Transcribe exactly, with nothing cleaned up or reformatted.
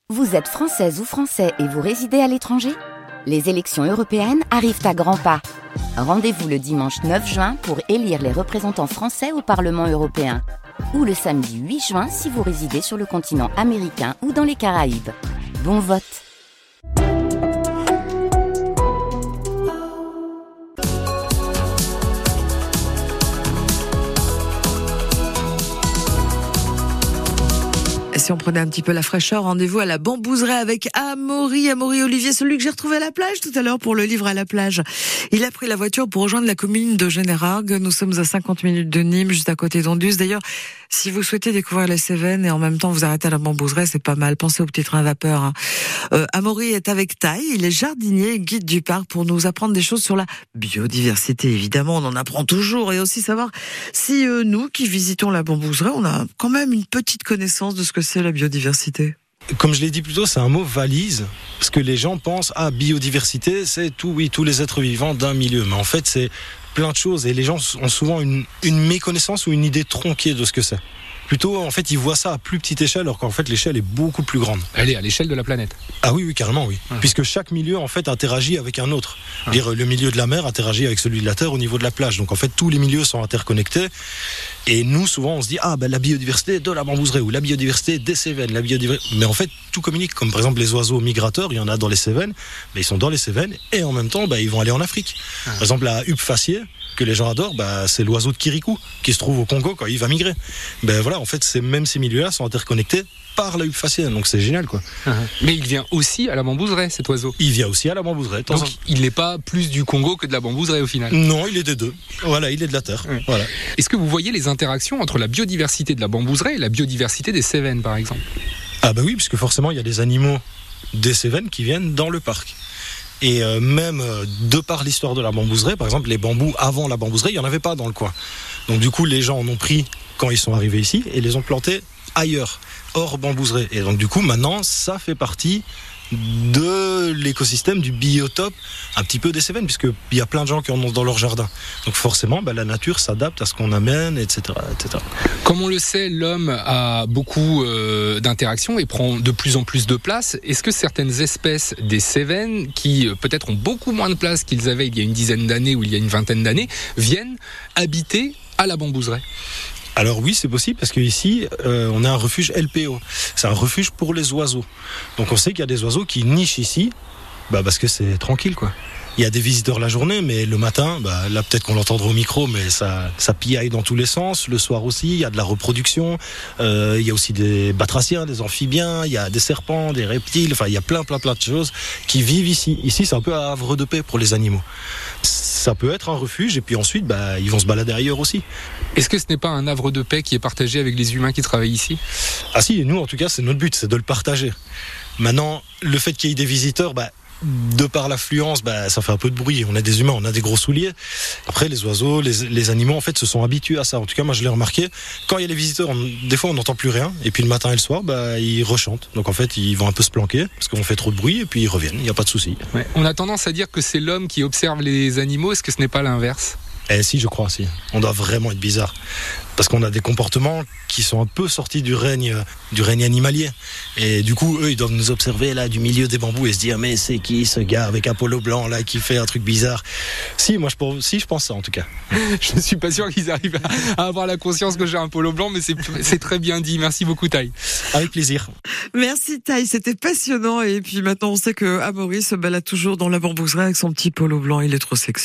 Vous êtes française ou français et vous résidez à l'étranger ? Les élections européennes arrivent à grands pas. Rendez-vous le dimanche neuf juin pour élire les représentants français au Parlement européen. Ou le samedi huit juin si vous résidez sur le continent américain ou dans les Caraïbes. Bon vote! Si on prenait un petit peu la fraîcheur, rendez-vous à la Bambouseraie avec Amaury, Amaury Olivier, celui que j'ai retrouvé à la plage tout à l'heure pour le livre à la plage. Il a pris la voiture pour rejoindre la commune de Générargues. Nous sommes à cinquante minutes de Nîmes, juste à côté d'Anduze. D'ailleurs, si vous souhaitez découvrir les Cévennes et en même temps vous arrêter à la Bambouseraie, c'est pas mal. Pensez au petit train à vapeur. Hein. Euh, Amaury est avec Taï. Il est jardinier et guide du parc pour nous apprendre des choses sur la biodiversité. Évidemment, on en apprend toujours et aussi savoir si euh, nous qui visitons la Bambouseraie, on a quand même une petite connaissance de ce que c'est la biodiversité. Comme je l'ai dit plus tôt, c'est un mot valise, parce que les gens pensent à ah, biodiversité, c'est tout, oui, tous les êtres vivants d'un milieu. Mais en fait, c'est plein de choses et les gens ont souvent une, une méconnaissance ou une idée tronquée de ce que c'est. Plutôt, en fait, ils voient ça à plus petite échelle, alors qu'en fait, l'échelle est beaucoup plus grande. Elle est à l'échelle de la planète. Ah oui, oui, carrément, oui. Mmh. Puisque chaque milieu, en fait, interagit avec un autre. Mmh. Dire, le milieu de la mer interagit avec celui de la terre au niveau de la plage. Donc, en fait, tous les milieux sont interconnectés. Et nous, souvent, on se dit, ah, ben, la biodiversité de la Bambouseraie ou la biodiversité des Cévennes. La biodiversité... Mais en fait, tout communique. Comme par exemple, les oiseaux migrateurs, il y en a dans les Cévennes, mais ils sont dans les Cévennes et en même temps, ben, ils vont aller en Afrique. Mmh. Par exemple, la huppe faciée, que les gens adorent, bah, c'est l'oiseau de Kirikou qui se trouve au Congo quand il va migrer. Ben voilà, en fait, c'est, même ces milieux-là sont interconnectés par la huppe facienne, donc c'est génial, quoi. Uh-huh. Mais il vient aussi à la Bambouseraie, cet oiseau. Il vient aussi à la Bambouseraie. Donc en... il n'est pas plus du Congo que de la Bambouseraie au final. Non, il est des deux. Voilà, il est de la terre. Oui. Voilà. Est-ce que vous voyez les interactions entre la biodiversité de la Bambouseraie et la biodiversité des Cévennes, par exemple ? Ah bah oui, puisque forcément, il y a des animaux des Cévennes qui viennent dans le parc. Et euh, même euh, de par l'histoire de la Bambouseraie, par exemple, les bambous avant la Bambouseraie, il n'y en avait pas dans le coin. Donc du coup, les gens en ont pris quand ils sont arrivés ici et les ont plantés ailleurs, hors Bambouseraie. Et donc du coup, maintenant, ça fait partie de l'écosystème, du biotope, un petit peu des Cévennes, puisqu'il y a plein de gens qui en ont dans leur jardin. Donc forcément, bah, la nature s'adapte à ce qu'on amène, et cetera, et cetera. Comme on le sait, l'homme a beaucoup euh, d'interactions et prend de plus en plus de place. Est-ce que certaines espèces des Cévennes, qui euh, peut-être ont beaucoup moins de place qu'ils avaient il y a une dizaine d'années ou il y a une vingtaine d'années, viennent habiter à la Bambouseraie ? Alors oui, c'est possible parce qu'ici, euh, on a un refuge L P O. C'est un refuge pour les oiseaux. Donc on sait qu'il y a des oiseaux qui nichent ici, bah parce que c'est tranquille, quoi. Il y a des visiteurs la journée, mais le matin, bah là peut-être qu'on l'entendra au micro, mais ça, ça piaille dans tous les sens. Le soir aussi, il y a de la reproduction. Euh, il y a aussi des batraciens, des amphibiens, il y a des serpents, des reptiles. Enfin, il y a plein, plein, plein de choses qui vivent ici. Ici, c'est un peu un havre de paix pour les animaux. Ça peut être un refuge, et puis ensuite, bah, ils vont se balader ailleurs aussi. Est-ce que ce n'est pas un havre de paix qui est partagé avec les humains qui travaillent ici ? Ah si, nous en tout cas, c'est notre but, c'est de le partager. Maintenant, le fait qu'il y ait des visiteurs, bah, de par l'affluence, bah, ça fait un peu de bruit. On a des humains, on a des gros souliers. Après, les oiseaux, les, les animaux, en fait, se sont habitués à ça. En tout cas, moi, je l'ai remarqué. Quand il y a les visiteurs, on, des fois, on n'entend plus rien. Et puis, le matin et le soir, bah, ils rechantent. Donc, en fait, ils vont un peu se planquer parce qu'on fait trop de bruit et puis ils reviennent. Il n'y a pas de souci. Ouais. On a tendance à dire que c'est l'homme qui observe les animaux. Est-ce que ce n'est pas l'inverse ? Eh si, je crois, si. On doit vraiment être bizarre. Parce qu'on a des comportements qui sont un peu sortis du règne, du règne animalier. Et du coup, eux, ils doivent nous observer là du milieu des bambous et se dire, mais c'est qui ce gars avec un polo blanc là qui fait un truc bizarre ? Si, moi je pense, si, je pense ça en tout cas. Je ne suis pas sûr qu'ils arrivent à, à avoir la conscience que j'ai un polo blanc, mais c'est, c'est très bien dit. Merci beaucoup, Taï. Avec plaisir. Merci, Taï. C'était passionnant. Et puis maintenant, on sait que Amaury se balade toujours dans la Bambouseraie avec son petit polo blanc. Il est trop sexy.